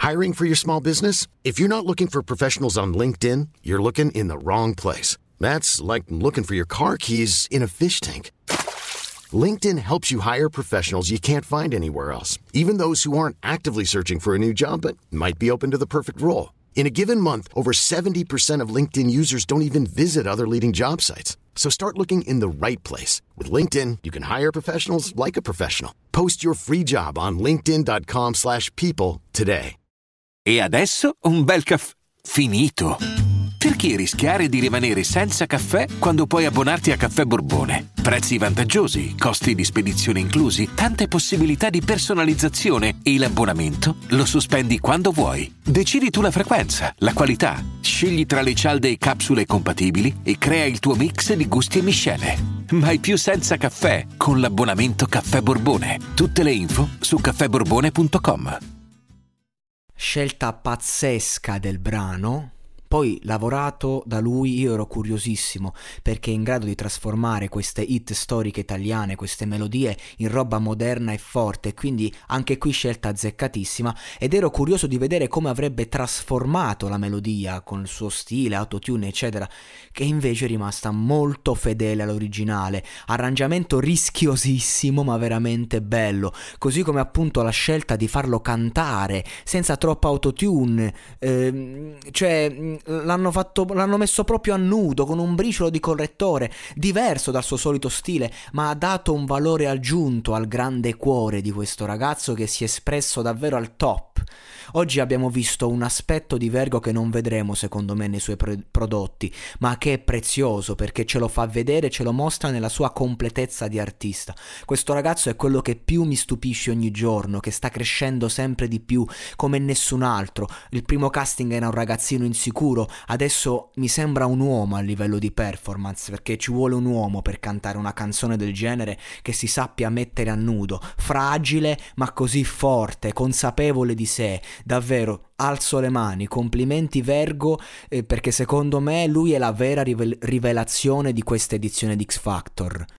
Hiring for your small business? If you're not looking for professionals on LinkedIn, you're looking in the wrong place. That's like looking for your car keys in a fish tank. LinkedIn helps you hire professionals you can't find anywhere else, even those who aren't actively searching for a new job but might be open to the perfect role. In a given month, over 70% of LinkedIn users don't even visit other leading job sites. So start looking in the right place. With LinkedIn, you can hire professionals like a professional. Post your free job on linkedin.com/people today. E adesso un bel caffè finito. Perché rischiare di rimanere senza caffè quando puoi abbonarti a Caffè Borbone? Prezzi vantaggiosi, costi di spedizione inclusi, tante possibilità di personalizzazione e l'abbonamento lo sospendi quando vuoi. Decidi tu la frequenza, la qualità, scegli tra le cialde e capsule compatibili e crea il tuo mix di gusti e miscele. Mai più senza caffè con l'abbonamento Caffè Borbone. Tutte le info su caffèborbone.com. Scelta pazzesca del brano. Poi, lavorato da lui, io ero curiosissimo perché è in grado di trasformare queste hit storiche italiane, queste melodie, in roba moderna e forte, quindi anche qui scelta azzeccatissima, ed ero curioso di vedere come avrebbe trasformato la melodia con il suo stile, autotune eccetera, che invece è rimasta molto fedele all'originale, arrangiamento rischiosissimo ma veramente bello, così come appunto la scelta di farlo cantare senza troppa autotune, l'hanno messo proprio a nudo, con un briciolo di correttore, diverso dal suo solito stile, ma ha dato un valore aggiunto al grande cuore di questo ragazzo che si è espresso davvero al top. Oggi abbiamo visto un aspetto di Vergo che non vedremo secondo me nei suoi prodotti, ma che è prezioso perché ce lo fa vedere, ce lo mostra nella sua completezza di artista. Questo ragazzo è quello che più mi stupisce ogni giorno, che sta crescendo sempre di più come nessun altro. Il primo casting era un ragazzino insicuro, adesso mi sembra un uomo a livello di performance, perché ci vuole un uomo per cantare una canzone del genere che si sappia mettere a nudo, fragile ma così forte, consapevole di sé. Davvero, alzo le mani, complimenti Vergo, perché secondo me lui è la vera rivelazione di questa edizione di X Factor.